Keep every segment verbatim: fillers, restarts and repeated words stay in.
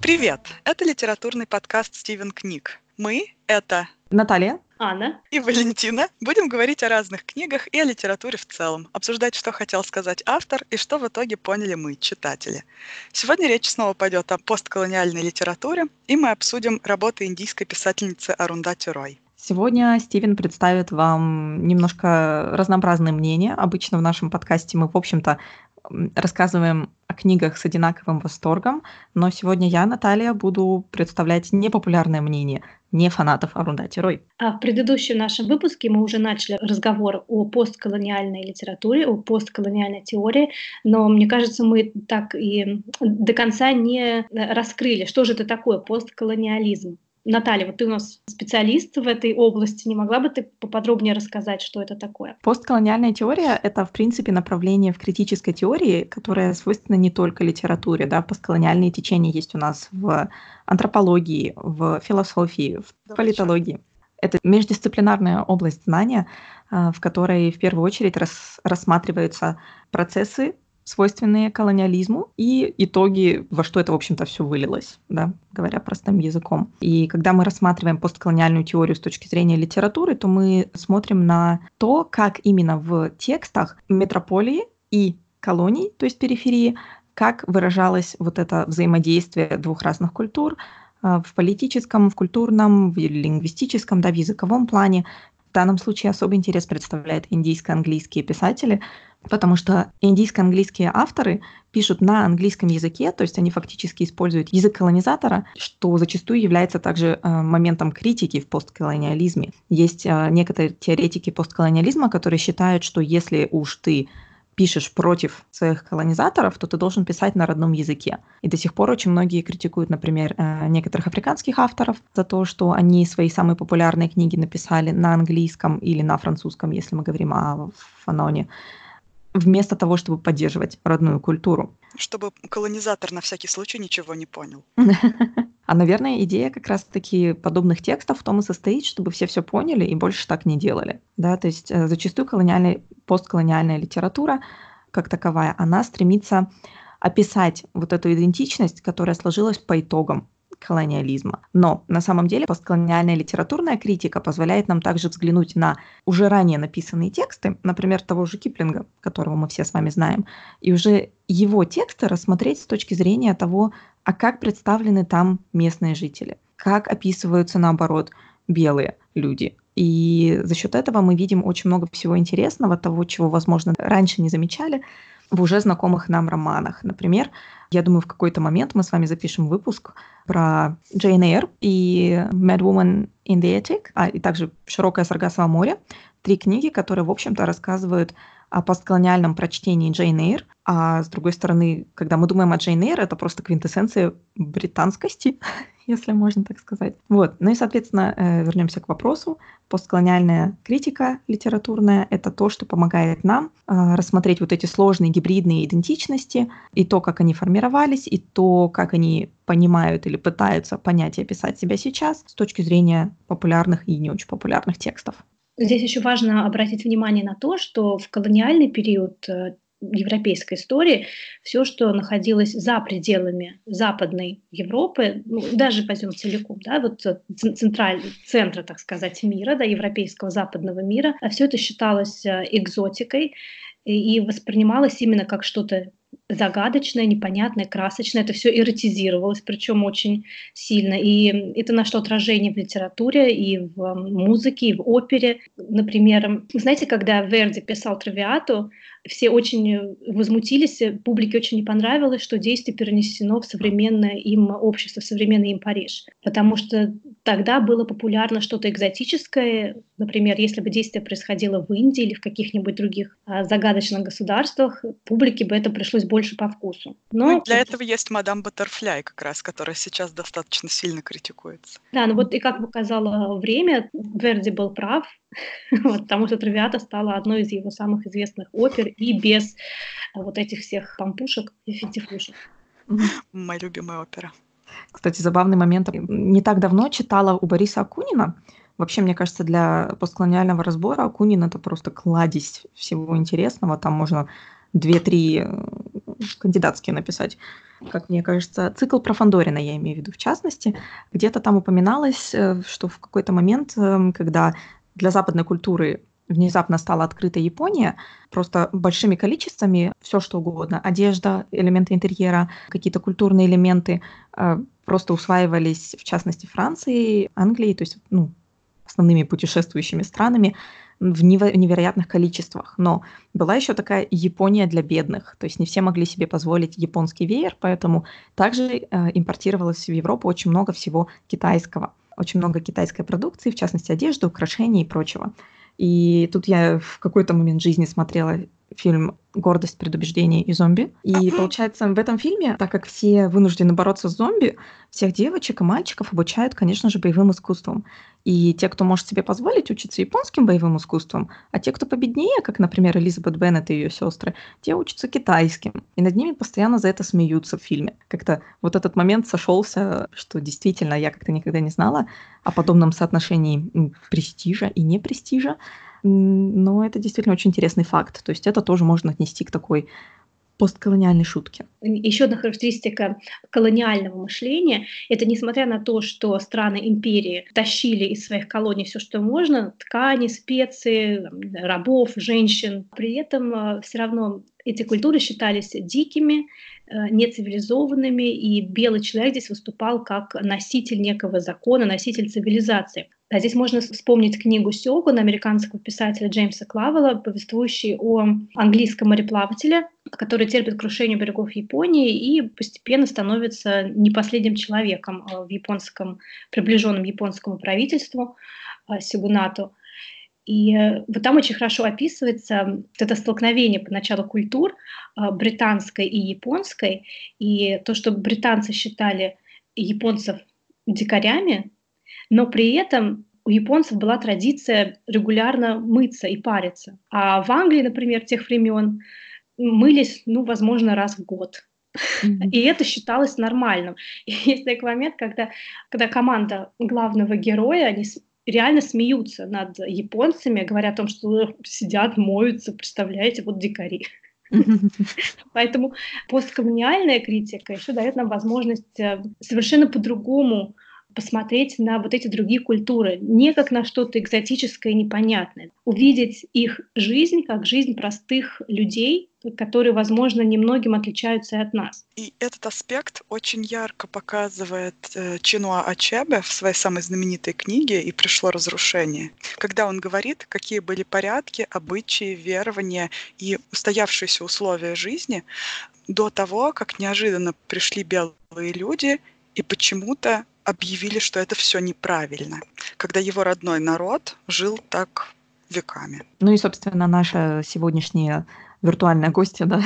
Привет! Это литературный подкаст «Стивен Книг». Мы — это Наталья, Анна и Валентина. Будем говорить о разных книгах и о литературе в целом, обсуждать, что хотел сказать автор и что в итоге поняли мы, читатели. Сегодня речь снова пойдет о постколониальной литературе, и мы обсудим работы индийской писательницы Арундхати Рой. Сегодня Стивен представит вам немножко разнообразные мнения. Обычно в нашем подкасте мы, в общем-то, рассказываем о книгах с одинаковым восторгом, но сегодня я, Наталья, буду представлять непопулярное мнение не фанатов Арундхати Рой. А в предыдущем нашем выпуске мы уже начали разговор о постколониальной литературе, о постколониальной теории, но мне кажется, мы так и до конца не раскрыли, что же это такое постколониализм. Наталья, вот ты у нас специалист в этой области, не могла бы ты поподробнее рассказать, что это такое? Постколониальная теория — это, в принципе, направление в критической теории, которое свойственно не только литературе. Да? Постколониальные течения есть у нас в антропологии, в философии, в политологии. Это междисциплинарная область знания, в которой в первую очередь рас- рассматриваются процессы, свойственные колониализму, и итоги, во что это, в общем-то, все вылилось, да, говоря простым языком. И когда мы рассматриваем постколониальную теорию с точки зрения литературы, то мы смотрим на то, как именно в текстах метрополии и колоний, то есть периферии, как выражалось вот это взаимодействие двух разных культур в политическом, в культурном, в лингвистическом, да, в языковом плане. В данном случае особый интерес представляют индийско-английские писатели, потому что индийско-английские авторы пишут на английском языке, то есть они фактически используют язык колонизатора, что зачастую является также э, моментом критики в постколониализме. Есть э, некоторые теоретики постколониализма, которые считают, что если уж ты пишешь против своих колонизаторов, то ты должен писать на родном языке. И до сих пор очень многие критикуют, например, некоторых африканских авторов за то, что они свои самые популярные книги написали на английском или на французском, если мы говорим о Фаноне, вместо того, чтобы поддерживать родную культуру. Чтобы колонизатор на всякий случай ничего не понял. А, наверное, идея как раз-таки подобных текстов в том и состоит, чтобы все все поняли и больше так не делали. Да? То есть зачастую колониальная, постколониальная литература, как таковая, она стремится описать вот эту идентичность, которая сложилась по итогам колониализма. Но на самом деле постколониальная литературная критика позволяет нам также взглянуть на уже ранее написанные тексты, например, того же Киплинга, которого мы все с вами знаем, и уже его тексты рассмотреть с точки зрения того, а как представлены там местные жители, как описываются, наоборот, белые люди. И за счет этого мы видим очень много всего интересного, того, чего, возможно, раньше не замечали в уже знакомых нам романах. Например, я думаю, в какой-то момент мы с вами запишем выпуск про Джейн Эйр и Mad Woman in the Attic, а и также «Широкое Саргассово море». Три книги, которые, в общем-то, рассказывают о постколониальном прочтении Джейн Эйр. А с другой стороны, когда мы думаем о Джейн Эйр, это просто квинтэссенция британскости, если можно так сказать. Вот. Ну и, соответственно, вернемся к вопросу. Постколониальная критика литературная — это то, что помогает нам рассмотреть вот эти сложные гибридные идентичности, и то, как они формировались, и то, как они понимают или пытаются понять и описать себя сейчас с точки зрения популярных и не очень популярных текстов. Здесь еще важно обратить внимание на то, что в колониальный период европейской истории все, что находилось за пределами Западной Европы, ну, даже возьмем целиком, да, вот централь, центра, так сказать, мира, да, европейского западного мира, а все это считалось экзотикой и воспринималось именно как что-то загадочное, непонятное, красочное. Это все эротизировалось, причем очень сильно. И это нашло отражение в литературе, и в музыке, и в опере. Например, знаете, когда Верди писал «Травиату», все очень возмутились, публике очень не понравилось, что действие перенесено в современное им общество, в современный им Париж. Потому что тогда было популярно что-то экзотическое. Например, если бы действие происходило в Индии или в каких-нибудь других а, загадочных государствах, публике бы это пришлось больше по вкусу. Но ну, для этого есть мадам Баттерфляй, как раз, которая сейчас достаточно сильно критикуется. Да, ну вот и как показало время, Верди был прав, вот, потому что «Травиата» стала одной из его самых известных опер и без вот этих всех помпушек и финтифлюшек. Моя любимая опера. Кстати, забавный момент. Не так давно читала у Бориса Акунина. Вообще, мне кажется, для постколониального разбора Акунин — это просто кладезь всего интересного. Там можно две-три кандидатские написать. как мне кажется, цикл про Фандорина, я имею в виду в частности. Где-то там упоминалось, э, что в какой-то момент, эм, когда для западной культуры внезапно стала открыта Япония, просто большими количествами все что угодно, одежда, элементы интерьера, какие-то культурные элементы э, просто усваивались, в частности, Францией, Англией, то есть ну, основными путешествующими странами в нево- невероятных количествах. Но была еще такая Япония для бедных, то есть не все могли себе позволить японский веер, поэтому также э, импортировалось в Европу очень много всего китайского, очень много китайской продукции, в частности, одежды, украшений и прочего. И тут я в какой-то момент жизни смотрела фильм «Гордость, предубеждение и зомби». И получается, в этом фильме, так как все вынуждены бороться с зомби, всех девочек и мальчиков обучают, конечно же, боевым искусствам. И те, кто может себе позволить учиться японским боевым искусством, а те, кто победнее, как, например, Элизабет Беннет и ее сестры, те учатся китайским. И над ними постоянно за это смеются в фильме. Как-то вот этот момент сошелся, что действительно я как-то никогда не знала о подобном соотношении престижа и не престижа. Но это действительно очень интересный факт. То есть это тоже можно отнести к такой постколониальной шутке. Еще одна характеристика колониального мышления – это несмотря на то, что страны империи тащили из своих колоний все, что можно, ткани, специи, рабов, женщин, при этом все равно эти культуры считались дикими, нецивилизованными, и белый человек здесь выступал как носитель некого закона, носитель цивилизации. А здесь можно вспомнить книгу «Сёгун» американского писателя Джеймса Клавелла, повествующей о английском мореплавателе, который терпит крушение берегов Японии и постепенно становится не последним человеком в японском, приближенном японскому правительству, сёгунату. И вот там очень хорошо описывается вот это столкновение поначалу культур британской и японской, и то, что британцы считали японцев дикарями, но при этом у японцев была традиция регулярно мыться и париться. А в Англии, например, тех времен мылись, ну, возможно, раз в год. Mm-hmm. И это считалось нормальным. И есть такой момент, когда, когда команда главного героя, они реально смеются над японцами, говоря о том, что сидят, моются, представляете, вот дикари. Поэтому постколониальная критика еще дает нам возможность совершенно по-другому посмотреть на вот эти другие культуры, не как на что-то экзотическое и непонятное. Увидеть их жизнь как жизнь простых людей, которые, возможно, немногим отличаются от нас. И этот аспект очень ярко показывает э, Чинуа Ачебе в своей самой знаменитой книге «И пришло разрушение», когда он говорит, какие были порядки, обычаи, верования и устоявшиеся условия жизни до того, как неожиданно пришли белые люди и почему-то объявили, что это все неправильно, когда его родной народ жил так веками. Ну и, собственно, наша сегодняшняя виртуальная гостья, да,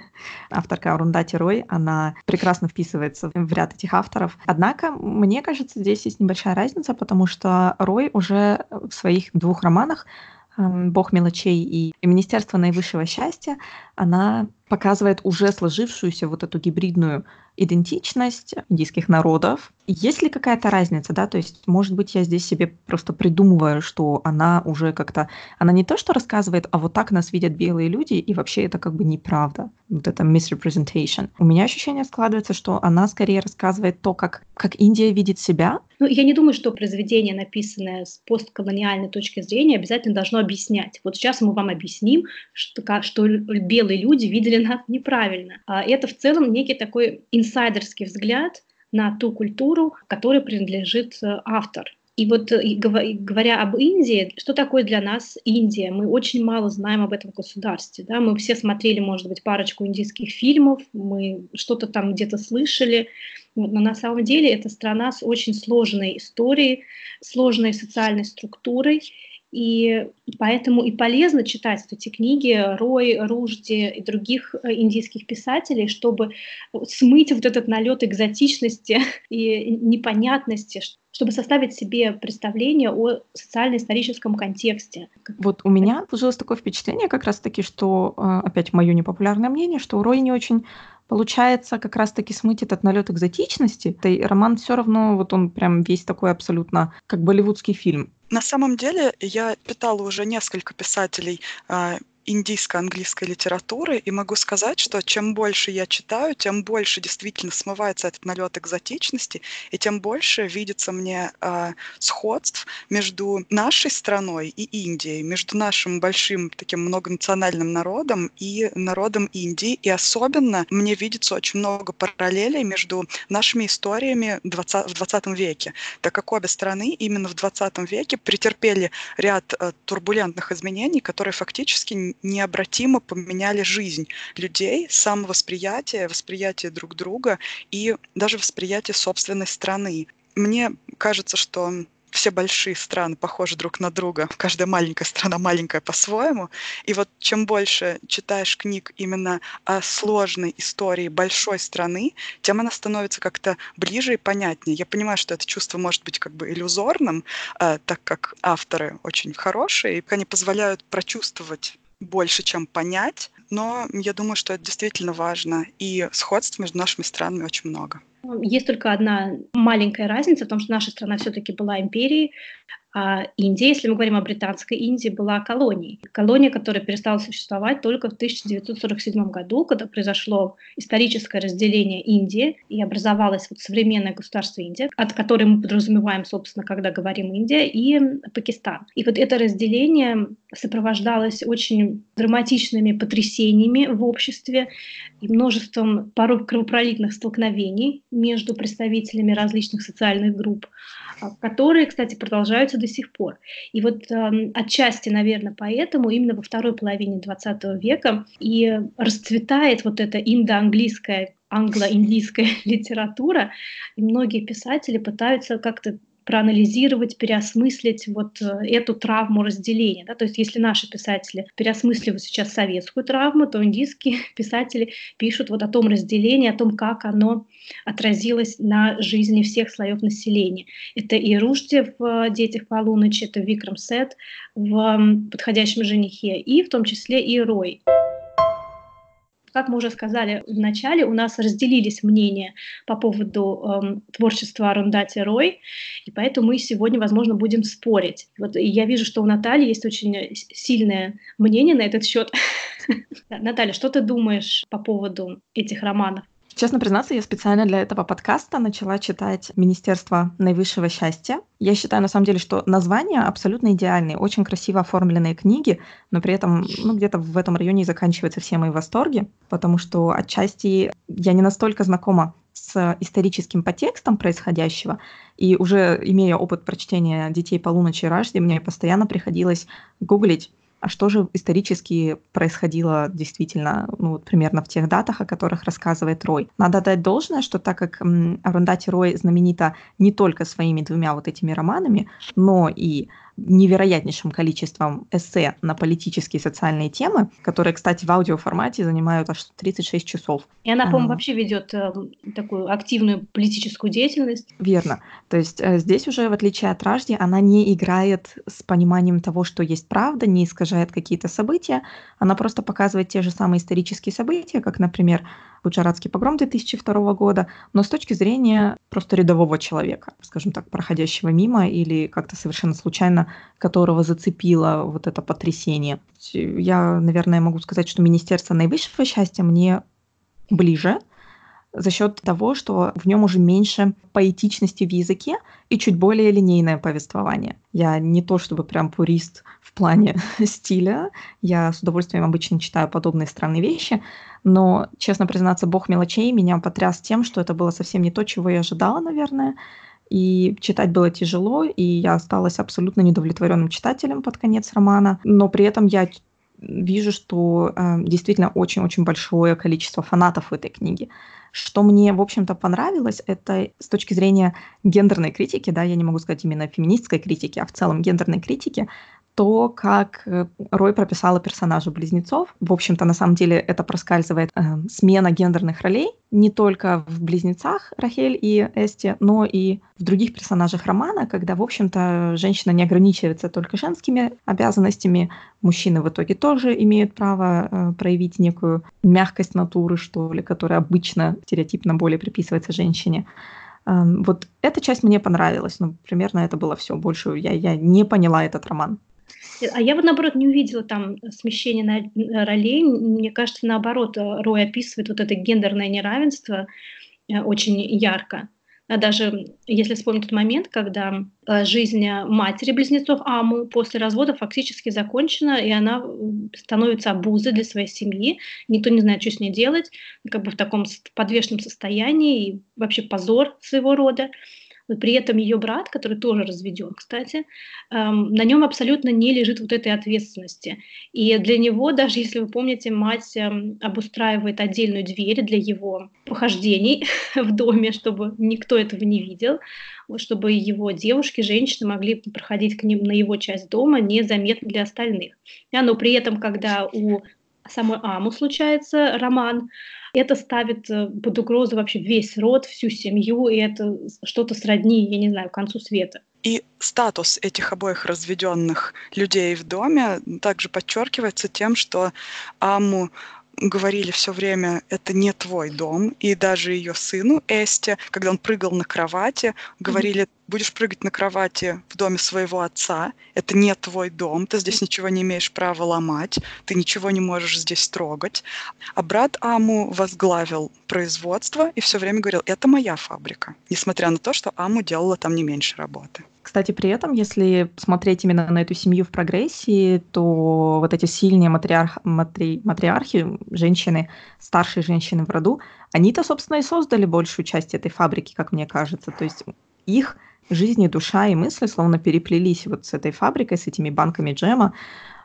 авторка Арундхати Рой, она прекрасно вписывается в ряд этих авторов. Однако, мне кажется, здесь есть небольшая разница, потому что Рой уже в своих двух романах «Бог мелочей» и «Министерство наивысшего счастья» она показывает уже сложившуюся вот эту гибридную идентичность индийских народов. Есть ли какая-то разница, да, то есть, может быть, я здесь себе просто придумываю, что она уже как-то, она не то, что рассказывает, а вот так нас видят белые люди, и вообще это как бы неправда, вот это misrepresentation. У меня ощущение складывается, что она скорее рассказывает то, как, как Индия видит себя. Ну, я не думаю, что произведение, написанное с постколониальной точки зрения, обязательно должно объяснять. Вот сейчас мы вам объясним, что, что белые люди видели нас неправильно. А это в целом некий такой инсайдерский взгляд на ту культуру, которой принадлежит автор. И вот и говоря об Индии, что такое для нас Индия? Мы очень мало знаем об этом государстве. Да? Мы все смотрели, может быть, парочку индийских фильмов, мы что-то там где-то слышали, но на самом деле это страна с очень сложной историей, сложной социальной структурой. И поэтому и полезно читать эти книги Рой, Ружди и других индийских писателей, чтобы смыть вот этот налет экзотичности и непонятности, чтобы составить себе представление о социально-историческом контексте. Вот у меня сложилось такое впечатление как раз-таки, что, опять мое непопулярное мнение, что у Рой не очень получается как раз-таки смыть этот налет экзотичности. И роман все равно, вот он прям весь такой абсолютно как болливудский фильм. На самом деле я питала уже несколько писателей э, индийско-английской литературы, и могу сказать, что чем больше я читаю, тем больше действительно смывается этот налет экзотичности, и тем больше видится мне э, сходств между нашей страной и Индией, между нашим большим таким многонациональным народом и народом Индии, и особенно мне видится очень много параллелей между нашими историями в двадцатом веке, так как обе страны именно в двадцатом веке претерпели ряд э, турбулентных изменений, которые фактически необратимо поменяли жизнь людей, самовосприятие, восприятие друг друга и даже восприятие собственной страны. Мне кажется, что все большие страны похожи друг на друга, каждая маленькая страна маленькая по-своему, и вот чем больше читаешь книг именно о сложной истории большой страны, тем она становится как-то ближе и понятнее. Я понимаю, что это чувство может быть как бы иллюзорным, э, так как авторы очень хорошие, и они позволяют прочувствовать больше, чем понять, но я думаю, что это действительно важно, и сходств между нашими странами очень много. Есть только одна маленькая разница в том, что наша страна все-таки была империей, а Индия, если мы говорим о британской Индии, была колонией. Колония, которая перестала существовать только в тысяча девятьсот сорок седьмом году, когда произошло историческое разделение Индии и образовалось вот современное государство Индия, от которой мы подразумеваем, собственно, когда говорим Индия, и Пакистан. И вот это разделение сопровождалось очень драматичными потрясениями в обществе и множеством порой кровопролитных столкновений между представителями различных социальных групп, которые, кстати, продолжаются до сих пор. И вот э, отчасти, наверное, поэтому именно во второй половине двадцатого века и расцветает вот эта индоанглийская, англо-индийская литература, и многие писатели пытаются как-то проанализировать, переосмыслить вот эту травму разделения. Да? То есть если наши писатели переосмысливают сейчас советскую травму, то индийские писатели пишут вот о том разделении, о том, как оно отразилось на жизни всех слоев населения. Это и Рушди в «Детях полуночи», это Викрам Сет в «Подходящем женихе», и в том числе и Рой. Как мы уже сказали в начале, у нас разделились мнения по поводу э, творчества Арундхати Рой, и поэтому мы сегодня, возможно, будем спорить. Вот я вижу, что у Натальи есть очень сильное мнение на этот счет. Наталья, что ты думаешь по поводу этих романов? Честно признаться, я специально для этого подкаста начала читать «Министерство наивысшего счастья». Я считаю, на самом деле, что названия абсолютно идеальные, очень красиво оформленные книги, но при этом ну, где-то в этом районе и заканчиваются все мои восторги, потому что отчасти я не настолько знакома с историческим подтекстом происходящего, и уже имея опыт прочтения «Детей полуночи» и Рашди, мне постоянно приходилось гуглить, а что же исторически происходило действительно, ну, вот примерно в тех датах, о которых рассказывает Рой. Надо отдать должное, что так как м, Арундхати Рой знаменита не только своими двумя вот этими романами, но и невероятнейшим количеством эссе на политические и социальные темы, которые, кстати, в аудиоформате занимают аж тридцать шесть часов. И она, по-моему, вообще ведет э, такую активную политическую деятельность. Верно. То есть э, здесь уже, в отличие от Рашди, она не играет с пониманием того, что есть правда, не искажает какие-то события, она просто показывает те же самые исторические события, как, например, Гуджаратский погром две тысячи второго года, но с точки зрения просто рядового человека, скажем так, проходящего мимо или как-то совершенно случайно, которого зацепило вот это потрясение. Я, наверное, могу сказать, что Министерство наивысшего счастья мне ближе за счет того, что в нем уже меньше поэтичности в языке и чуть более линейное повествование. Я не то чтобы прям пурист в плане стиля, я с удовольствием обычно читаю подобные странные вещи, но, честно признаться, бог мелочей меня потряс тем, что это было совсем не то, чего я ожидала, наверное, и читать было тяжело, и я осталась абсолютно недовлетворенным читателем под конец романа, но при этом я вижу, что э, действительно очень-очень большое количество фанатов этой книги. Что мне, в общем-то, понравилось, это с точки зрения гендерной критики, да, я не могу сказать именно феминистской критики, а в целом гендерной критики, то, как Рой прописала персонажей близнецов. В общем-то, на самом деле это проскальзывает э, смена гендерных ролей не только в близнецах Рахель и Эсти, но и в других персонажах романа, когда, в общем-то, женщина не ограничивается только женскими обязанностями, мужчины в итоге тоже имеют право э, проявить некую мягкость натуры, что ли, которая обычно стереотипно более приписывается женщине. Э, вот эта часть мне понравилась, но примерно это было все. Больше я, я не поняла этот роман. А я вот, наоборот, не увидела там смещения на ролей. Мне кажется, наоборот, Рой описывает вот это гендерное неравенство э, очень ярко. А даже если вспомнить тот момент, когда э, жизнь матери близнецов Аму после развода фактически закончена, и она м, становится обузой для своей семьи, никто не знает, что с ней делать, как бы в таком с- подвешенном состоянии, и вообще позор своего рода. Но при этом ее брат, который тоже разведен, кстати, эм, на нем абсолютно не лежит вот этой ответственности. И для него, даже если вы помните, мать эм, обустраивает отдельную дверь для его похождений в доме, чтобы никто этого не видел, вот чтобы его девушки, женщины могли проходить к ним на его часть дома незаметно для остальных. Да, но при этом, когда у самой Аму случается роман, это ставит э, под угрозу вообще весь род, всю семью, и это с- что-то сродни, я не знаю, концу света. И статус этих обоих разведенных людей в доме также подчеркивается тем, что Амму говорили все время, это не твой дом, и даже ее сыну Эсте, когда он прыгал на кровати, Мгм. говорили, будешь прыгать на кровати в доме своего отца, это не твой дом, ты здесь ничего не имеешь права ломать, ты ничего не можешь здесь трогать. А брат Аму возглавил производство и все время говорил, это моя фабрика, несмотря на то, что Аму делала там не меньше работы. Кстати, при этом, если смотреть именно на эту семью в прогрессии, то вот эти сильные матриарх, матри, матриархи, женщины, старшие женщины в роду, они-то, собственно, и создали большую часть этой фабрики, как мне кажется. То есть их жизни, душа и мысли словно переплелись вот с этой фабрикой, с этими банками джема.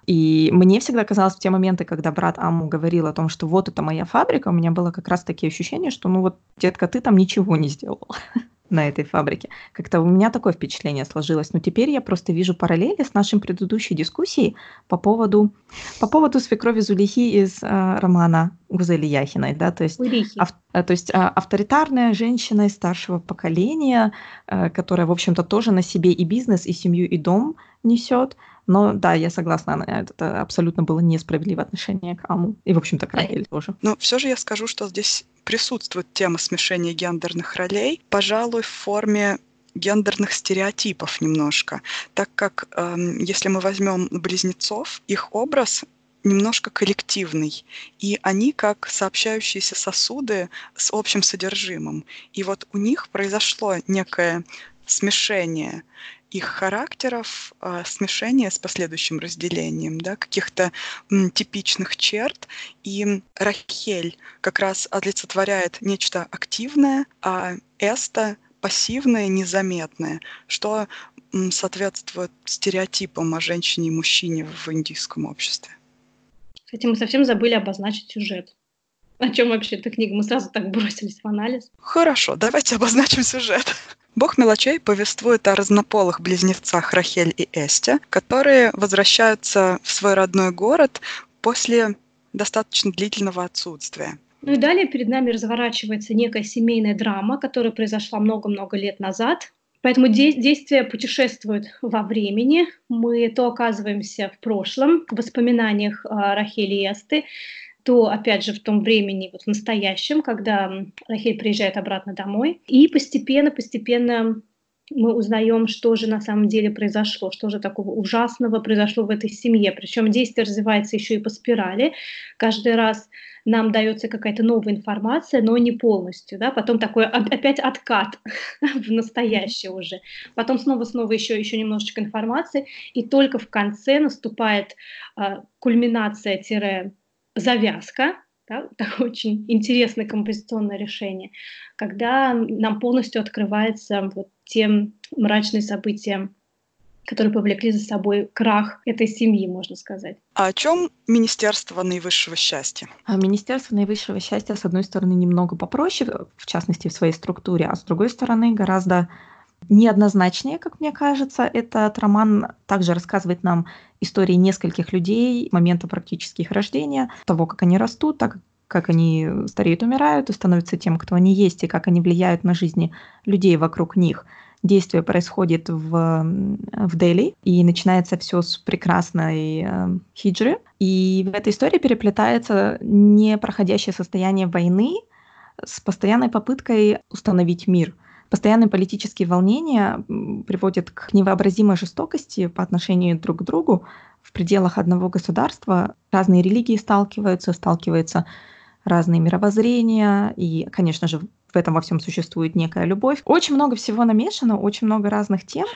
И мне всегда казалось в те моменты, когда брат Аму говорил о том, что вот это моя фабрика, у меня было как раз такие ощущения, что ну вот, детка, ты там ничего не сделал на этой фабрике. Как-то у меня такое впечатление сложилось. Но теперь я просто вижу параллели с нашей предыдущей дискуссией по поводу, по поводу свекрови Зулейхи из э, романа Гузели Яхиной. Да? То есть, Урихи. ав- э, то есть а, авторитарная женщина из старшего поколения, э, которая, в общем-то, тоже на себе и бизнес, и семью, и дом несет. Но да, я согласна, она- это абсолютно было несправедливое отношение к Аму. И, в общем-то, к Рахель тоже. Но все же я скажу, что здесь присутствует тема смешения гендерных ролей, пожалуй, в форме гендерных стереотипов немножко, так как эм, если мы возьмем близнецов, их образ немножко коллективный, и они как сообщающиеся сосуды с общим содержимым. И вот у них произошло некое смешение их характеров, а, смешение с последующим разделением, да, каких-то м, типичных черт. И Рахель как раз олицетворяет нечто активное, а Эста пассивное, незаметное, что м, соответствует стереотипам о женщине и мужчине в индийском обществе. Кстати, мы совсем забыли обозначить сюжет. О чем вообще эта книга? Мы сразу так бросились в анализ. Хорошо, давайте обозначим сюжет. Бог мелочей повествует о разнополых близнецах Рахель и Эсте, которые возвращаются в свой родной город после достаточно длительного отсутствия. Ну и далее перед нами разворачивается некая семейная драма, которая произошла много-много лет назад. Поэтому де- действие путешествует во времени. Мы то оказываемся в прошлом, в воспоминаниях а, Рахели и Эсты, то, опять же, в том времени, вот в настоящем, когда м, Рахель приезжает обратно домой. И постепенно-постепенно мы узнаем, что же на самом деле произошло, что же такого ужасного произошло в этой семье. Причем действие развивается еще и по спирали. Каждый раз нам дается какая-то новая информация, но не полностью. Да? Потом такой оп- опять откат в настоящее уже. Потом снова-снова еще, еще немножечко информации. И только в конце наступает а, кульминация-завязка, да, такое очень интересное композиционное решение, когда нам полностью открываются вот те мрачные события, которые повлекли за собой крах этой семьи, можно сказать. А о чем Министерство наивысшего счастья? А Министерство наивысшего счастья, с одной стороны, немного попроще, в частности, в своей структуре, а с другой стороны, гораздо неоднозначнее, как мне кажется. Этот роман также рассказывает нам истории нескольких людей, момента практически их рождения, того, как они растут, так как они стареют, умирают и становятся тем, кто они есть, и как они влияют на жизни людей вокруг них. Действие происходит в, в Дели, и начинается все с прекрасной э, хиджры. И в этой истории переплетается непроходящее состояние войны с постоянной попыткой установить мир. Постоянные политические волнения м, приводят к невообразимой жестокости по отношению друг к другу, в пределах одного государства разные религии сталкиваются, сталкиваются разные мировоззрения, и, конечно же, в этом во всем существует некая любовь. Очень много всего намешано, очень много разных тем,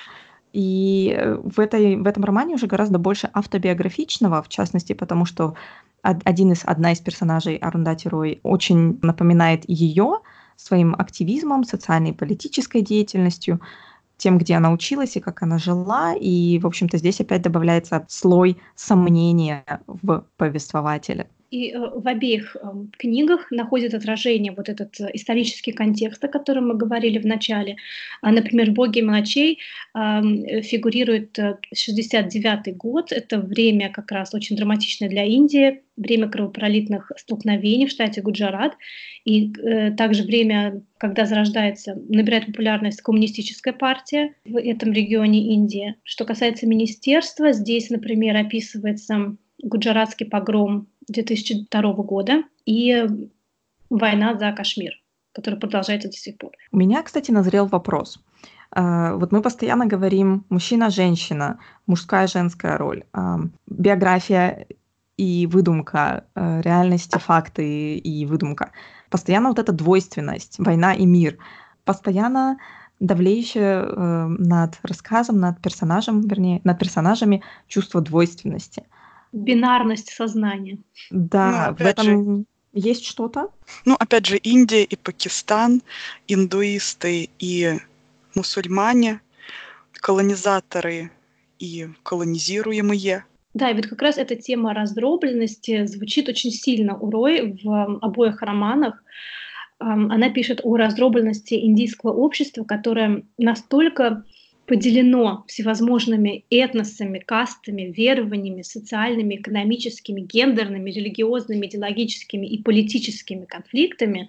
и э, в, этой, в этом романе уже гораздо больше автобиографичного, в частности, потому что од- один из, одна из персонажей, Арундати Рой, очень напоминает ее своим активизмом, социальной и политической деятельностью, тем, где она училась и как она жила. И, в общем-то, здесь опять добавляется слой сомнения в повествователе. И э, в обеих э, книгах находит отражение вот этот э, исторический контекст, о котором мы говорили в начале. А, например, в «Боге мелочей» э, фигурирует э, шестьдесят девятый год. Это время как раз очень драматичное для Индии, время кровопролитных столкновений в штате Гуджарат, и э, также время, когда зарождается, набирает популярность коммунистическая партия в этом регионе Индии. Что касается министерства, здесь, например, описывается гуджаратский погром две тысячи второго года и война за Кашмир, которая продолжается до сих пор. У меня, кстати, назрел вопрос. А, Вот мы постоянно говорим мужчина-женщина, мужская-женская роль, а, биография и выдумка, а, реальность и факты и выдумка. Постоянно вот эта двойственность, война и мир. Постоянно давлеющее э, над рассказом, над персонажем, вернее, над персонажами чувство двойственности. Бинарность сознания. Ну, Да, в опять же, этом есть что-то. ну, опять же, Индия и Пакистан, индуисты и мусульмане, колонизаторы и колонизируемые. Да, и вот как раз эта тема раздробленности звучит очень сильно у Рой в м, обоих романах. Ам, Она пишет о раздробленности индийского общества, которое настолько поделено всевозможными этносами, кастами, верованиями, социальными, экономическими, гендерными, религиозными, идеологическими и политическими конфликтами,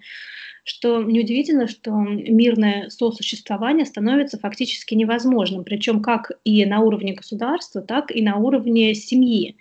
что неудивительно, что мирное сосуществование становится фактически невозможным, причем как и на уровне государства, так и на уровне семьи.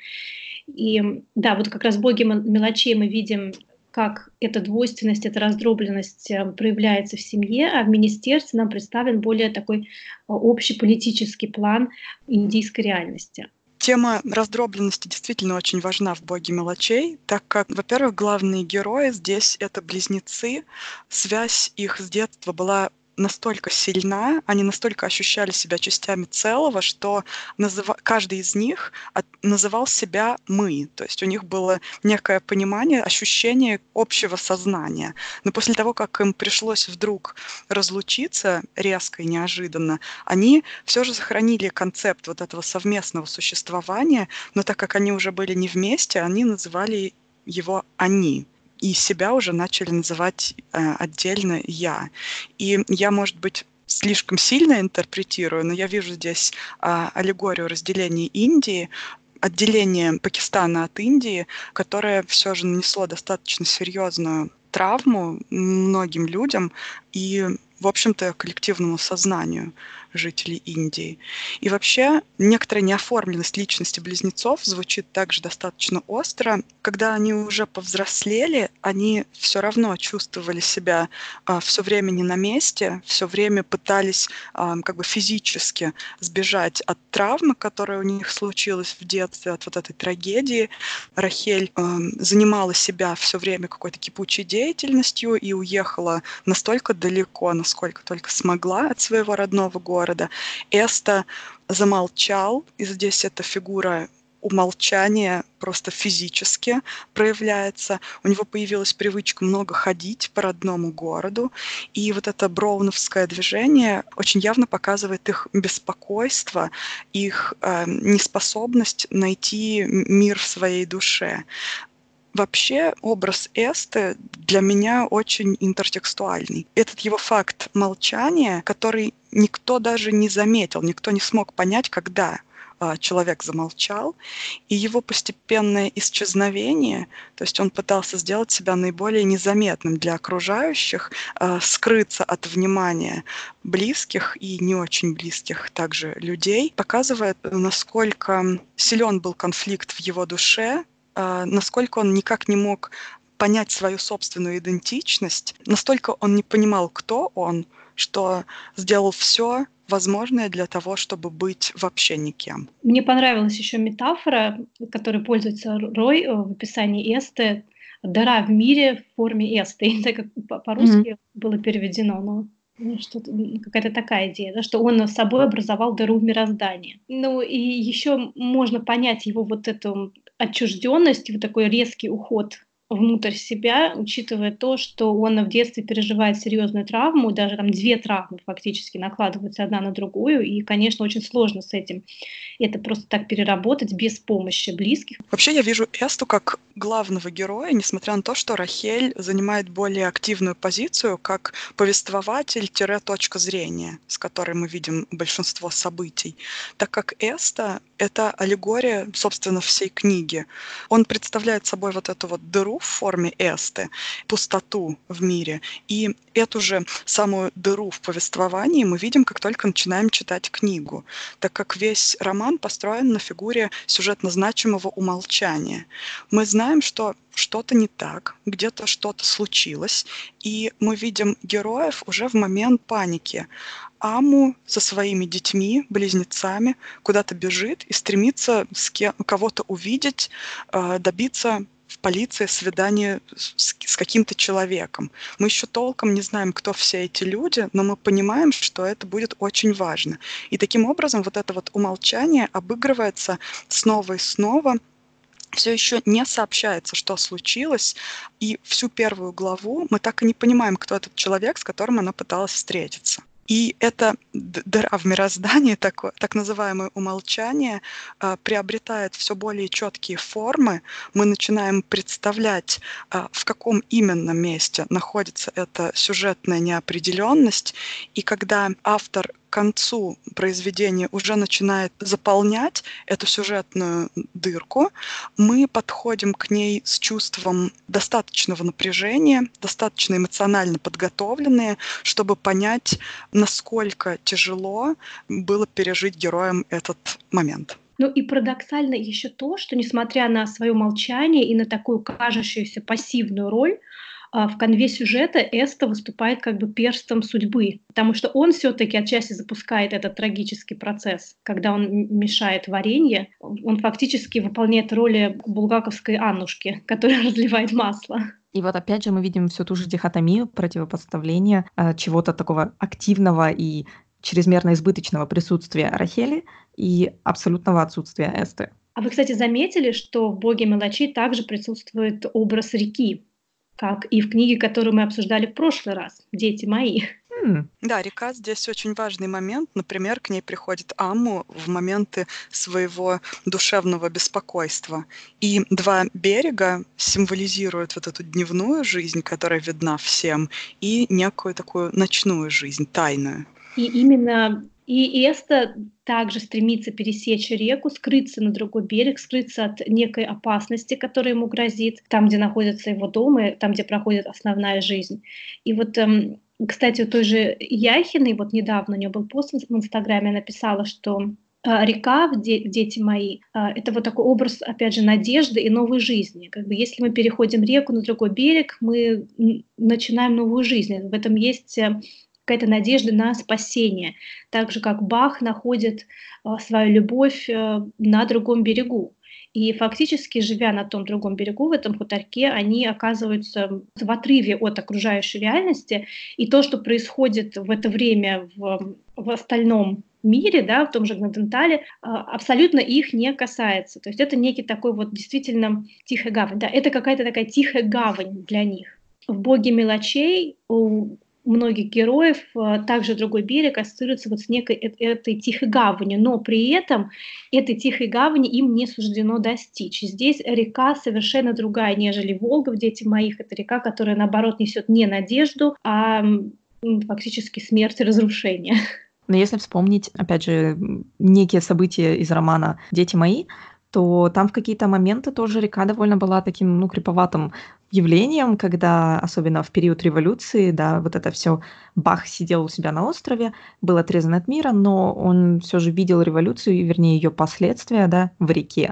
И да, вот как раз в «Боге м- мелочей» мы видим, как эта двойственность, эта раздробленность э, проявляется в семье, а в министерстве нам представлен более такой э, общий политический план индийской реальности. Тема раздробленности действительно очень важна в «Боге мелочей», так как, во-первых, главные герои здесь — это близнецы. Связь их с детства была настолько сильна, они настолько ощущали себя частями целого, что называ- каждый из них от- называл себя «мы». То есть у них было некое понимание, ощущение общего сознания. Но после того, как им пришлось вдруг разлучиться резко и неожиданно, они все же сохранили концепт вот этого совместного существования, но так как они уже были не вместе, они называли его «они». И себя уже начали называть э, отдельно «я». И я, может быть, слишком сильно интерпретирую, но я вижу здесь а, аллегорию разделения Индии, отделение Пакистана от Индии, которое все же нанесло достаточно серьезную травму многим людям и, в общем-то, коллективному сознанию жителей Индии. И вообще некоторая неоформленность личности близнецов звучит также достаточно остро. Когда они уже повзрослели, они все равно чувствовали себя а, все время не на месте, все время пытались а, как бы физически сбежать от травмы, которая у них случилась в детстве, от вот этой трагедии. Рахель э, занимала себя все время какой-то кипучей деятельностью и уехала настолько далеко, насколько только смогла от своего родного города. Эста замолчал, и здесь эта фигура умолчания просто физически проявляется. У него появилась привычка много ходить по родному городу, и вот это броуновское движение очень явно показывает их беспокойство, их э, неспособность найти мир в своей душе. Вообще образ Эсты для меня очень интертекстуальный. Этот его факт молчания, который никто даже не заметил, никто не смог понять, когда а, человек замолчал, и его постепенное исчезновение, то есть он пытался сделать себя наиболее незаметным для окружающих, а, скрыться от внимания близких и не очень близких также людей, показывает, насколько силен был конфликт в его душе, а, насколько он никак не мог понять свою собственную идентичность, настолько он не понимал, кто он, что сделал все возможное для того, чтобы быть вообще никем. Мне понравилась еще метафора, которой пользуется Рой э, в описании Эсты. Дыра в мире в форме Эсты. Так как по- Мгм. по-русски было переведено, но ну, что-то, м, какая-то такая идея, да, что он с собой образовал дыру в мироздании. Ну и еще можно понять его вот эту отчужденность, вот такой резкий уход внутрь себя, учитывая то, что он в детстве переживает серьезную травму, даже там две травмы фактически накладываются одна на другую, и, конечно, очень сложно с этим это просто так переработать без помощи близких. Вообще я вижу Эсту как главного героя, несмотря на то, что Рахель занимает более активную позицию как повествователь-точка зрения, с которой мы видим большинство событий, так как Эста — это аллегория, собственно, всей книги. Он представляет собой вот эту вот дыру в форме Эсты, пустоту в мире, и эту же самую дыру в повествовании мы видим, как только начинаем читать книгу, так как весь роман построен на фигуре сюжетно значимого умолчания. Мы знаем, что что-то не так, где-то что-то случилось, и мы видим героев уже в момент паники. Аму со своими детьми, близнецами, куда-то бежит и стремится с ке- кого-то увидеть, э, добиться в полиции свидания с, с каким-то человеком. Мы еще толком не знаем, кто все эти люди, но мы понимаем, что это будет очень важно. И таким образом вот это вот умолчание обыгрывается снова и снова. Все еще не сообщается, что случилось, и всю первую главу мы так и не понимаем, кто этот человек, с которым она пыталась встретиться. И это д- дыра в мироздании, такое, так называемое умолчание, а, приобретает все более четкие формы. Мы начинаем представлять, а, в каком именно месте находится эта сюжетная неопределенность. И когда автор к концу произведения уже начинает заполнять эту сюжетную дырку, мы подходим к ней с чувством достаточного напряжения, достаточно эмоционально подготовленные, чтобы понять, насколько тяжело было пережить героям этот момент. Ну и парадоксально еще то, что несмотря на свое молчание и на такую кажущуюся пассивную роль, а, в конве сюжета Эста выступает как бы перстом судьбы, потому что он все-таки отчасти запускает этот трагический процесс, когда он м- мешает варенье, он фактически выполняет роли булгаковской Аннушки, которая разливает масло. И вот опять же мы видим всю ту же дихотомию, противопоставление э, чего-то такого активного и чрезмерно избыточного присутствия Рахели и абсолютного отсутствия Эсты. А вы, кстати, заметили, что в «Боге мелочей» также присутствует образ реки, как и в книге, которую мы обсуждали в прошлый раз «Дети мои». М, Да, река здесь очень важный момент. Например, к ней приходит Амму в моменты своего душевного беспокойства. И два берега символизируют вот эту дневную жизнь, которая видна всем, и некую такую ночную жизнь, тайную. И именно и Эста также стремится пересечь реку, скрыться на другой берег, скрыться от некой опасности, которая ему грозит, там, где находится его дом, и там, где проходит основная жизнь. И вот, эм, кстати, у той же Яхиной, вот недавно у нее был пост в Инстаграме, она написала, что а, река в де- «Дети мои» а, это вот такой образ, опять же, надежды и новой жизни. Как бы если мы переходим реку на другой берег, мы м, начинаем новую жизнь. В этом есть э, какая-то надежда на спасение. Так же, как Бах находит а, свою любовь э, на другом берегу. И фактически, живя на том другом берегу, в этом хуторке, они оказываются в отрыве от окружающей реальности. И то, что происходит в это время в, в остальном мире, да, в том же Гнадентале, а, абсолютно их не касается. То есть это некий такой вот действительно тихая гавань. Да, это какая-то такая тихая гавань для них. В «Боге мелочей» у многих героев а, также другой берег ассоциируется вот с некой э- этой тихой гаванью, но при этом этой тихой гавани им не суждено достичь. И здесь река совершенно другая, нежели Волга в «Дети моих». Это река, которая, наоборот, несет не надежду, а м, фактически смерть и разрушение. Но если вспомнить, опять же, м, некие события из романа «Дети мои», то там в какие-то моменты тоже река довольно была таким, ну, криповатым явлением, когда, особенно в период революции, да, вот это все Бах сидел у себя на острове, был отрезан от мира, но он все же видел революцию, и, вернее, ее последствия, да, в реке.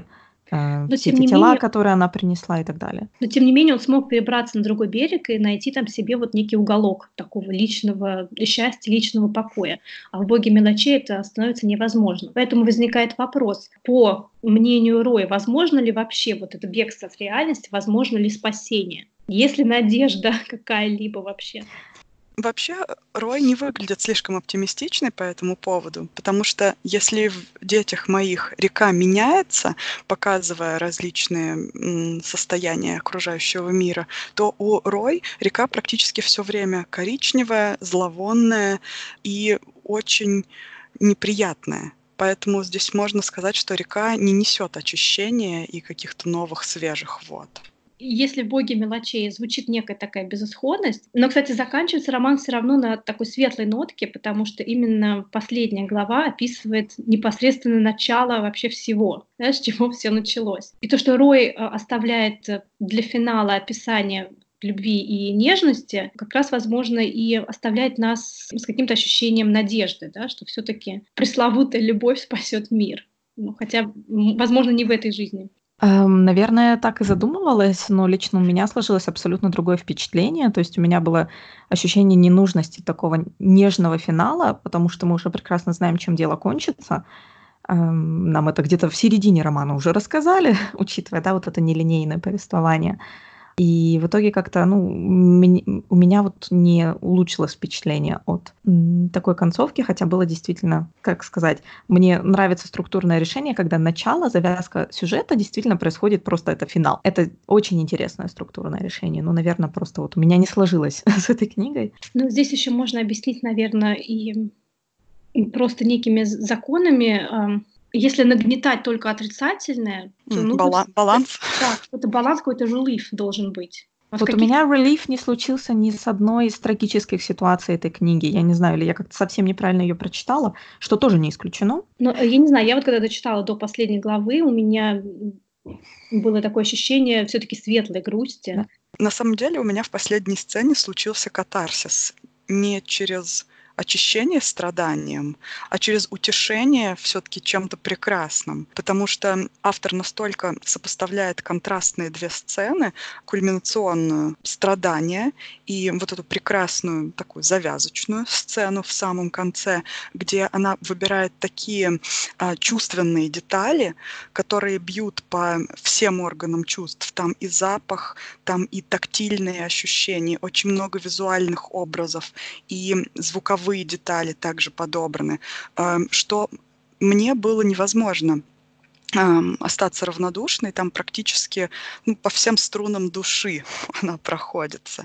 э, Но все тем эти не тела, менее которые она принесла и так далее. но тем не менее он смог перебраться на другой берег и найти там себе вот некий уголок такого личного счастья, личного покоя. А в «Боге мелочей» это становится невозможно. Поэтому возникает вопрос: по мнению Роя, возможно ли вообще вот это бегство в реальность, возможно ли спасение? Есть ли надежда какая-либо вообще? Вообще, Рой не выглядит слишком оптимистичной по этому поводу, потому что если в детях моих река меняется, показывая различные м, состояния окружающего мира, то у Рой река практически все время коричневая, зловонная и очень неприятная. Поэтому здесь можно сказать, что река не несет очищения и каких-то новых свежих вод. Если в «Боге мелочей» звучит некая такая безысходность, но, кстати, заканчивается роман все равно на такой светлой нотке, потому что именно последняя глава описывает непосредственно начало вообще всего, да, с чего все началось. И то, что Рой э, оставляет э, для финала описание любви и нежности, как раз, возможно, и оставляет нас с каким-то ощущением надежды, да, что все таки пресловутая любовь спасет мир. Ну, хотя, м, возможно, не в этой жизни. Эм, наверное, так и задумывалась, но лично у меня сложилось абсолютно другое впечатление. То есть у меня было ощущение ненужности такого нежного финала, потому что мы уже прекрасно знаем, чем дело кончится. Эм, нам это где-то в середине романа уже рассказали, учитывая, да, вот это нелинейное повествование. И в итоге как-то, ну, мень- у меня вот не улучшилось впечатление от м, такой концовки, хотя было действительно, как сказать, мне нравится структурное решение, когда начало, завязка сюжета действительно происходит просто это финал. Это очень интересное структурное решение. Ну, наверное, просто вот у меня не сложилось с этой книгой. Ну, здесь еще можно объяснить, наверное, и м, просто некими з- законами. ам, Если нагнетать только отрицательное, то М, нужно бала- вс- э, Баланс. да, какой-то баланс, какой-то relief должен быть. А в Вот у каких меня релиф не случился ни с одной из трагических ситуаций этой книги. Я не знаю, или я как-то совсем неправильно ее прочитала, что тоже не исключено. Но, э, я не знаю, я вот когда дочитала до последней главы, у меня м, было такое ощущение все таки светлой грусти. Да. На самом деле у меня в последней сцене случился катарсис. Не через очищение страданием, а через утешение все-таки чем-то прекрасным. Потому что автор настолько сопоставляет контрастные две сцены, кульминационную страдания и вот эту прекрасную такую завязочную сцену в самом конце, где она выбирает такие а, чувственные детали, которые бьют по всем органам чувств. Там и запах, там и тактильные ощущения, очень много визуальных образов, и звуковые детали также подобраны, эм, что мне было невозможно эм, остаться равнодушной. Там практически ну, по всем струнам души она проходится.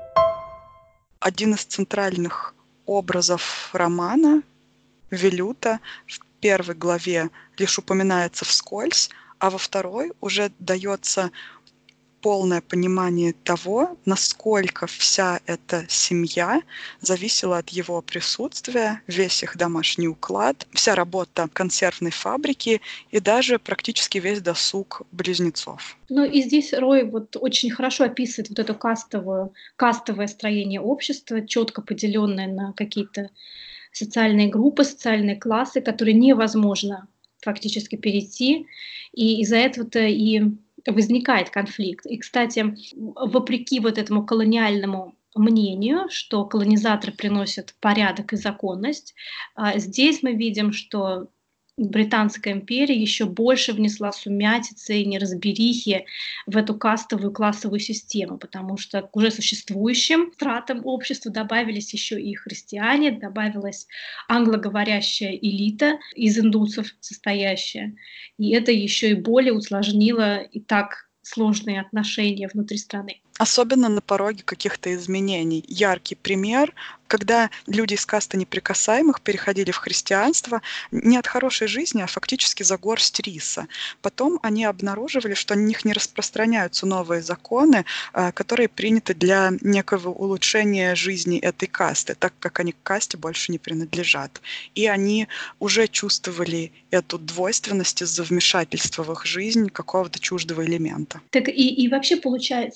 Один из центральных образов романа Велюта в первой главе лишь упоминается вскользь, а во второй уже дается полное понимание того, насколько вся эта семья зависела от его присутствия, весь их домашний уклад, вся работа консервной фабрики и даже практически весь досуг близнецов. Ну и здесь Рой вот очень хорошо описывает вот это кастовую кастовое строение общества, четко поделенное на какие-то социальные группы, социальные классы, которые невозможно фактически перейти. И из-за этого-то и возникает конфликт. И, кстати, вопреки вот этому колониальному мнению, что колонизаторы приносят порядок и законность, а, здесь мы видим, что Британская империя еще больше внесла сумятицы и неразберихи в эту кастовую классовую систему, потому что к уже существующим стратам общества добавились еще и христиане, добавилась англоговорящая элита из индусов состоящая, и это еще и более усложнило и так сложные отношения внутри страны. Особенно на пороге каких-то изменений. Яркий пример, когда люди из касты неприкасаемых переходили в христианство не от хорошей жизни, а фактически за горсть риса. Потом они обнаруживали, что на них не распространяются новые законы, а, которые приняты для некого улучшения жизни этой касты, так как они к касте больше не принадлежат. И они уже чувствовали эту двойственность из-за вмешательства в их жизнь какого-то чуждого элемента. Так и, и вообще получается,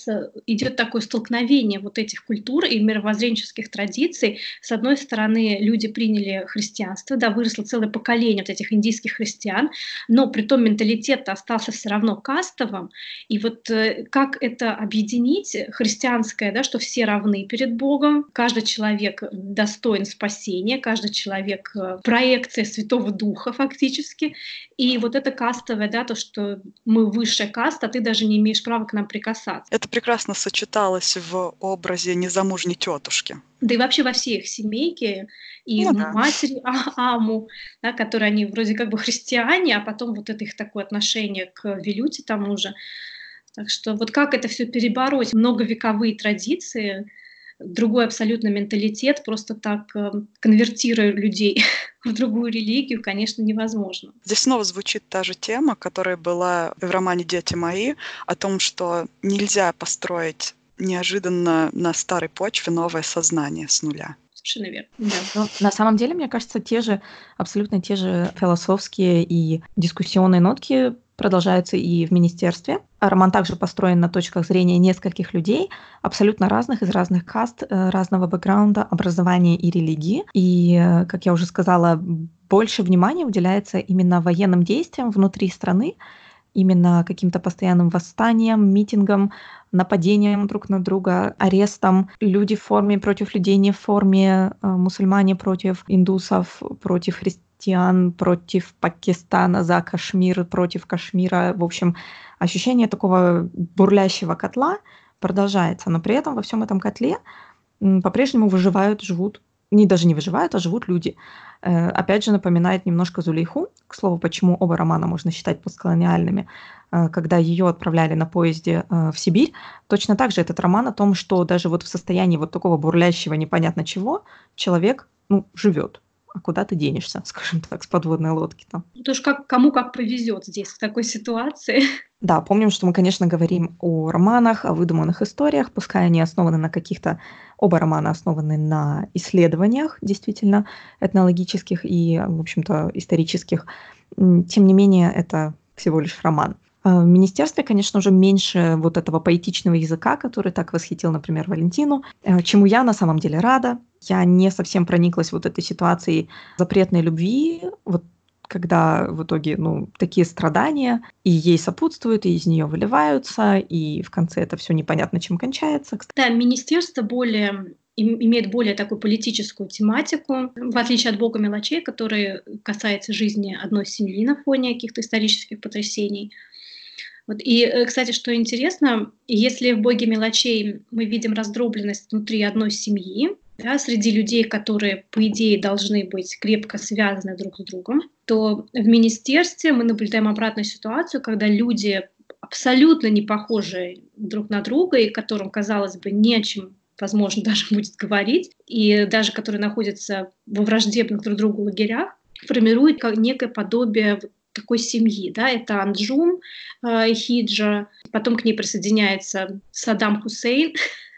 идет такое столкновение вот этих культур и мировоззренческих традиций. С одной стороны, люди приняли христианство, да, выросло целое поколение вот этих индийских христиан, но при том менталитет остался все равно кастовым. И вот э, как это объединить, христианское, да, что все равны перед Богом, каждый человек достоин спасения, каждый человек э, проекция Святого Духа фактически, и вот это кастовое, да, то, что мы высшая каста, а ты даже не имеешь права к нам прикасаться. Это прекрасно сочеталось в образе незамужней тетушки. Да и вообще во всей их семейке, и Ну да. матери А- Аму, да, которые они вроде как бы христиане, а потом вот это их такое отношение к Вилюте тому же. Так что вот как это все перебороть, многовековые традиции, другой абсолютно менталитет, просто так э, конвертируя людей в другую религию, конечно, невозможно. Здесь снова звучит та же тема, которая была в романе «Дети мои», о том, что нельзя построить неожиданно на старой почве новое сознание с нуля. Совершенно верно. Да. Ну, на самом деле, мне кажется, те же, абсолютно те же философские и дискуссионные нотки продолжаются и в министерстве. А роман также построен на точках зрения нескольких людей, абсолютно разных, из разных каст, э, разного бэкграунда, образования и религии. И, э, как я уже сказала, больше внимания уделяется именно военным действиям внутри страны, именно каким-то постоянным восстаниям, митингам, нападениям друг на друга, арестам. Люди в форме против людей не в форме, э, мусульмане против индусов, против христиан, против Пакистана за Кашмир, против Кашмира. В общем, ощущение такого бурлящего котла продолжается, но при этом во всем этом котле м, по-прежнему выживают, живут, не даже не выживают, а живут люди. Э, Опять же, напоминает немножко Зулейху, к слову, почему оба романа можно считать постколониальными, э, когда ее отправляли на поезде э, в Сибирь. Точно так же этот роман о том, что даже вот в состоянии вот такого бурлящего непонятно чего человек, ну, живет. А куда ты денешься, скажем так, с подводной лодки-то? То есть как, кому как повезет здесь в такой ситуации. Да, помним, что мы, конечно, говорим о романах, о выдуманных историях, пускай они основаны на каких-то... Оба романа основаны на исследованиях, действительно, этнологических и, в общем-то, исторических. М, Тем не менее, это всего лишь роман. А В министерстве, конечно, уже меньше вот этого поэтичного языка, который так восхитил, например, Валентину, э, чему я на самом деле рада. Я не совсем прониклась вот этой ситуацией запретной любви, вот когда в итоге, ну, такие страдания и ей сопутствуют, и из нее выливаются, и в конце это все непонятно чем кончается. Да, министерство более им- имеет более такую политическую тематику, в отличие от «Бога мелочей», который касается жизни одной семьи на фоне каких-то исторических потрясений. Вот. И, э, кстати, что интересно, если в «Боге мелочей» мы видим раздробленность внутри одной семьи, да, среди людей, которые, по идее, должны быть крепко связаны друг с другом, то в министерстве мы наблюдаем обратную ситуацию, когда люди абсолютно не похожие друг на друга, и которым, казалось бы, не о чем, возможно, даже будет говорить, и даже которые находятся во враждебных друг другу лагерях, формируют как некое подобие вот такой семьи. Да? Это Анджум, э, Хиджа, потом к ней присоединяется Саддам Хусейн.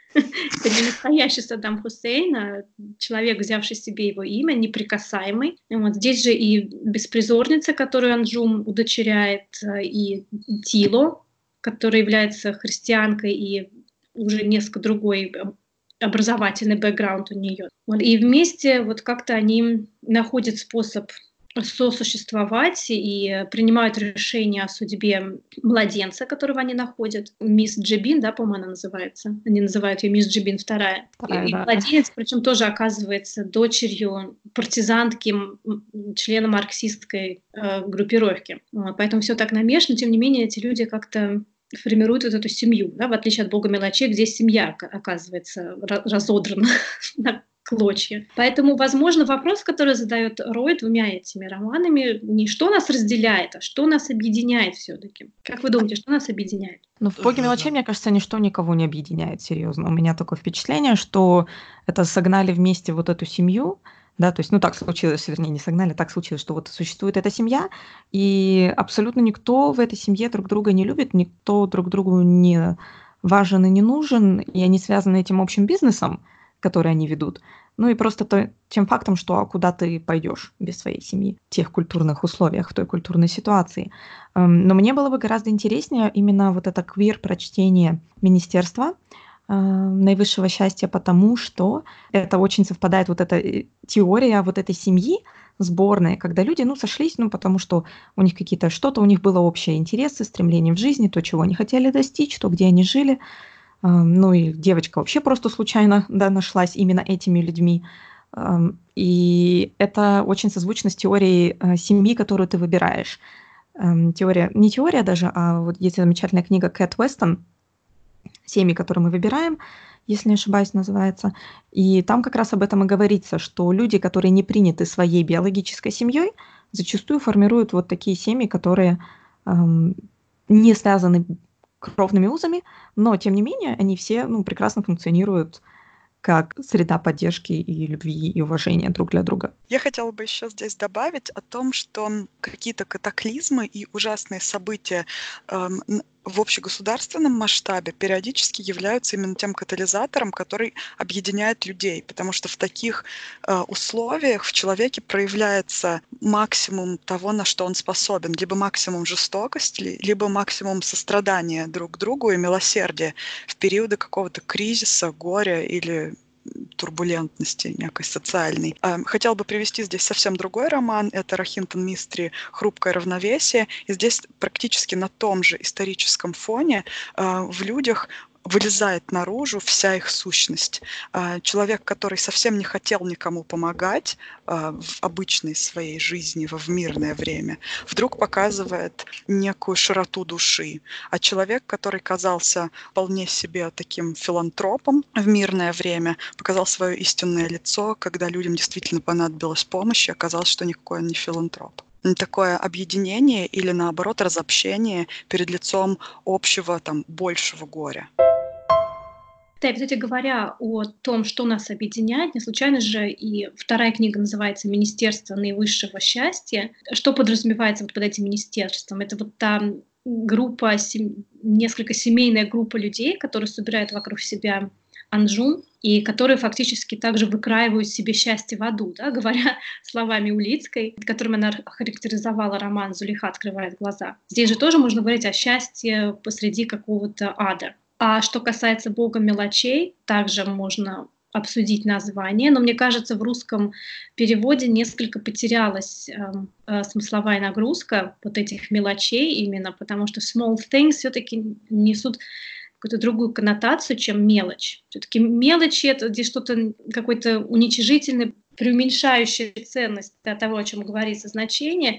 Это не настоящий Саддам Хусейн, а человек, взявший себе его имя, неприкасаемый. Вот здесь же и беспризорница, которую Анджум удочеряет, э, и Тило, которая является христианкой, и уже несколько другой э, образовательный бэкграунд у нее. И вместе вот как-то они находят способ сосуществовать и принимают решение о судьбе младенца, которого они находят. Мисс Джибин, да, по-моему, она называется. Они называют ее Мисс Джибин вторая. Вторая, И, и да. младенец, причем тоже оказывается дочерью партизантки, м, м, члена марксистской э, группировки. Вот, поэтому все так намешано. Тем не менее, эти люди как-то формируют вот эту семью, да, в отличие от «Бога мелочей», где семья ока- оказывается ра- разодрана на клочья. Поэтому, возможно, вопрос, который задает Рой двумя этими романами, не что нас разделяет, а что нас объединяет все-таки. Как вы думаете, что нас объединяет? Ну, в «Боге мелочей», мне кажется, ничто никого не объединяет, серьезно. У меня такое впечатление, что это согнали вместе вот эту семью, да, то есть, ну, так случилось, вернее, не согнали, так случилось, что вот существует эта семья, и абсолютно никто в этой семье друг друга не любит, никто друг другу не важен и не нужен, и они связаны этим общим бизнесом, который они ведут. Ну и просто то, тем фактом, что а куда ты пойдешь без своей семьи в тех культурных условиях, в той культурной ситуации. Эм, Но мне было бы гораздо интереснее именно вот это квир-прочтение Министерства э, наивысшего счастья, потому что это очень совпадает, вот эта э, теория вот этой семьи сборной, когда люди, ну, сошлись, ну, потому что у них какие-то, что-то у них было общее, интересы, стремления в жизни, то, чего они хотели достичь, то, где они жили. Ам, ну и девочка вообще просто случайно, да, нашлась именно этими людьми. Ам, и это очень созвучно с теорией, э, семьи, которую ты выбираешь. Эм, теория не теория даже, а вот есть замечательная книга Кэт Уэстон «Семьи, которые мы выбираем», если не ошибаюсь, называется. И там как раз об этом и говорится, что люди, которые не приняты своей биологической семьей, зачастую формируют вот такие семьи, которые, ам, не связаны кровными узами, но тем не менее они все, ну, прекрасно функционируют как среда поддержки и любви, и уважения друг для друга. Я хотела бы еще здесь добавить о том, что какие-то катаклизмы и ужасные события эм, н- в общегосударственном масштабе периодически являются именно тем катализатором, который объединяет людей, потому что в таких э, условиях в человеке проявляется максимум того, на что он способен, либо максимум жестокости, ли- либо максимум сострадания друг к другу и милосердия в периоды какого-то кризиса, горя или турбулентности некой социальной. А, Хотела бы привести здесь совсем другой роман. Это Рохинтон Мистри «Хрупкое равновесие». И здесь практически на том же историческом фоне а, в людях вылезает наружу вся их сущность. А, Человек, который совсем не хотел никому помогать а, в обычной своей жизни, во в мирное время, вдруг показывает некую широту души. А человек, который казался вполне себе таким филантропом в мирное время, показал свое истинное лицо, когда людям действительно понадобилась помощь, и оказалось, что никакой он не филантроп. Такое объединение или, наоборот, разобщение перед лицом общего, там, большего горя. Да, и, кстати говоря, о том, что нас объединяет, не случайно же и вторая книга называется «Министерство наивысшего счастья». Что подразумевается вот под этим министерством? Это вот та группа, сем- несколько семейная группа людей, которые собирают вокруг себя Анжум, и которые фактически также выкраивают себе счастье в аду, да, говоря словами Улицкой, которым она охарактеризовала роман «Зулейха открывает глаза». Здесь же тоже можно говорить о счастье посреди какого-то ада. А что касается бога мелочей, также можно обсудить название, но мне кажется, в русском переводе несколько потерялась эм, э, смысловая нагрузка вот этих мелочей именно, потому что small things все-таки несут какую-то другую коннотацию, чем мелочь. Все-таки мелочи — это здесь что-то, какой-то уничижительный, преуменьшающая ценность да, того, о чем говорится, значение,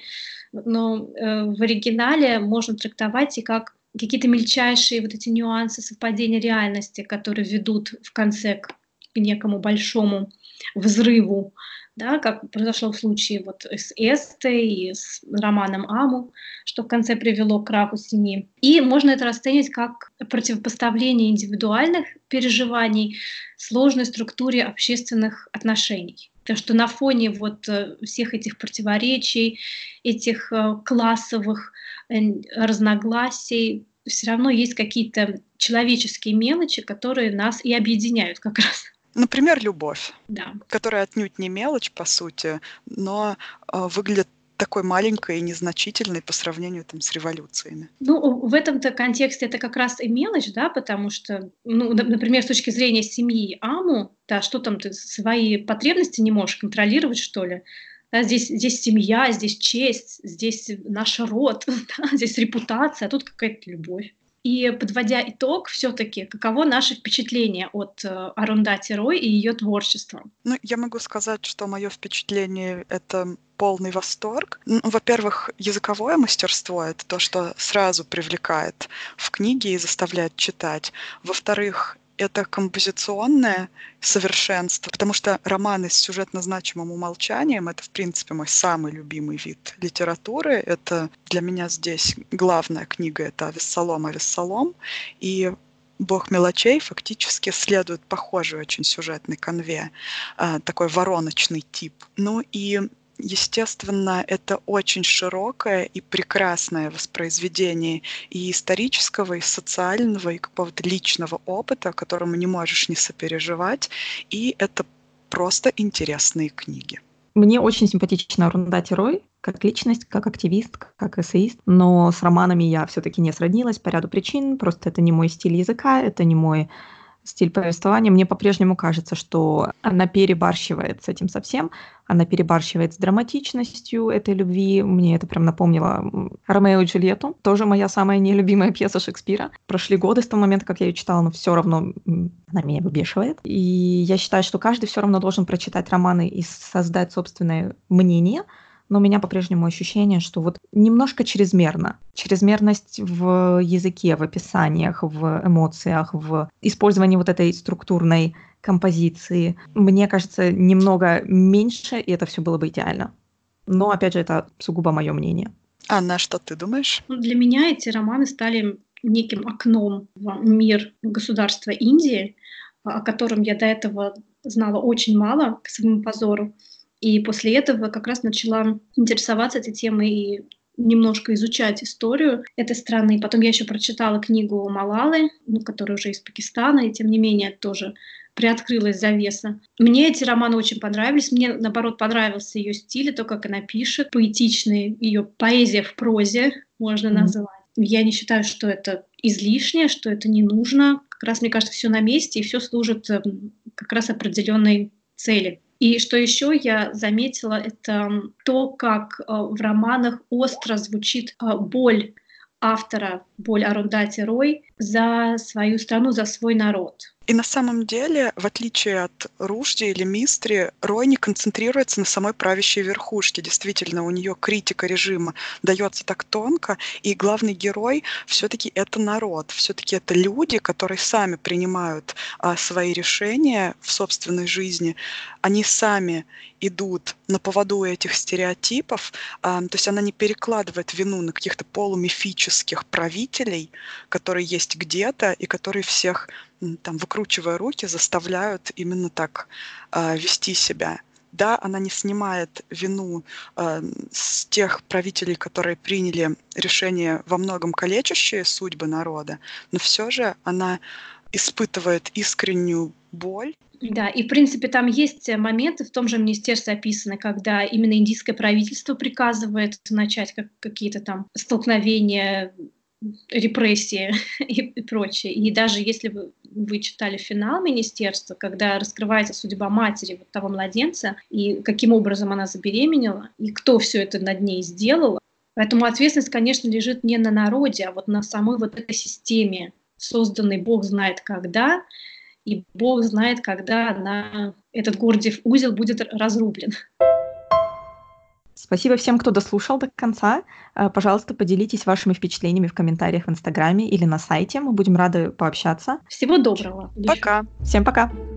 но э, в оригинале можно трактовать и как какие-то мельчайшие вот эти нюансы совпадения реальности, которые ведут в конце к некому большому взрыву, да, как произошло в случае вот с Эстой и с романом Аму, что в конце привело к краху семьи. И можно это расценивать как противопоставление индивидуальных переживаний сложной структуре общественных отношений. Потому что на фоне вот э, всех этих противоречий, этих э, классовых э, разногласий, все равно есть какие-то человеческие мелочи, которые нас и объединяют как раз. Например, любовь, Да. которая отнюдь не мелочь, по сути, но а, выглядит такой маленькой и незначительной по сравнению там, с революциями. Ну, в этом-то контексте это как раз и мелочь, да, потому что, ну, нап- например, с точки зрения семьи Аму, да, что там ты свои потребности не можешь контролировать, что ли? Да, здесь, здесь семья, здесь честь, здесь наш род, да, здесь репутация, а тут какая-то любовь. И подводя итог, все-таки, каково наше впечатление от э, Арундати Рой и ее творчества? Ну, я могу сказать, что мое впечатление — это полный восторг. Ну, во-первых, языковое мастерство — это то, что сразу привлекает в книге и заставляет читать. Во-вторых, это композиционное совершенство, потому что романы с сюжетно значимым умолчанием — это, в принципе, мой самый любимый вид литературы. Это для меня здесь главная книга — это «Авессалом, Авессалом». И «Бог мелочей» фактически следует похожей очень сюжетной канве, а, такой вороночный тип. Ну и, естественно, это очень широкое и прекрасное воспроизведение и исторического, и социального, и какого-то личного опыта, которому не можешь не сопереживать. И это просто интересные книги. Мне очень симпатична Арундхати Рой как личность, как активист, как эссеист, но с романами я все-таки не сроднилась по ряду причин, просто это не мой стиль языка, это не мой стиль повествования. Мне по-прежнему кажется, что она перебарщивает с этим совсем, она перебарщивает с драматичностью этой любви. Мне это прям напомнило «Ромео и Джульетту», тоже моя самая нелюбимая пьеса Шекспира. Прошли годы с того момента, как я ее читала, но все равно она меня выбешивает. И я считаю, что каждый все равно должен прочитать романы и создать собственное мнение, но у меня по-прежнему ощущение, что вот немножко чрезмерно. Чрезмерность в языке, в описаниях, в эмоциях, в использовании вот этой структурной композиции. Мне кажется, немного меньше, и это все было бы идеально. Но, опять же, это сугубо мое мнение. Анна, что ты думаешь? Для меня эти романы стали неким окном в мир государства Индии, о котором я до этого знала очень мало, к своему позору. И после этого как раз начала интересоваться этой темой и немножко изучать историю этой страны. Потом я еще прочитала книгу Малалы, ну, которая уже из Пакистана, и тем не менее тоже приоткрылась завеса. Мне эти романы очень понравились. Мне, наоборот, понравился ее стиль, то, как она пишет, поэтичный, ее поэзия в прозе можно mm-hmm. назвать. Я не считаю, что это излишнее, что это не нужно. Как раз, мне кажется, все на месте, и все служит как раз определенной цели. И что еще я заметила, это то, как в романах остро звучит боль автора, боль Арундхати Рой за свою страну, за свой народ. И на самом деле, в отличие от Рушди или Мистри, Рой не концентрируется на самой правящей верхушке. Действительно, у нее критика режима дается так тонко, и главный герой все-таки это народ, все-таки это люди, которые сами принимают а, свои решения в собственной жизни. Они сами идут на поводу этих стереотипов, а, то есть она не перекладывает вину на каких-то полумифических правителей, которые есть где-то и которые всех там, выкручивая руки, заставляют именно так э, вести себя. Да, она не снимает вину э, с тех правителей, которые приняли решения во многом калечащие судьбы народа, но все же она испытывает искреннюю боль. Да, и в принципе там есть моменты в том же министерстве описаны, когда именно индийское правительство приказывает начать как, какие-то там столкновения, репрессии и, и прочее. И даже если вы, вы читали финал министерства, когда раскрывается судьба матери вот того младенца, и каким образом она забеременела, и кто все это над ней сделал, поэтому ответственность, конечно, лежит не на народе, а вот на самой вот этой системе, созданной Бог знает когда, и Бог знает, когда она, этот Гордиев узел будет разрублен. Спасибо всем, кто дослушал до конца. Пожалуйста, поделитесь вашими впечатлениями в комментариях в Инстаграме или на сайте. Мы будем рады пообщаться. Всего доброго. Пока. Всем пока.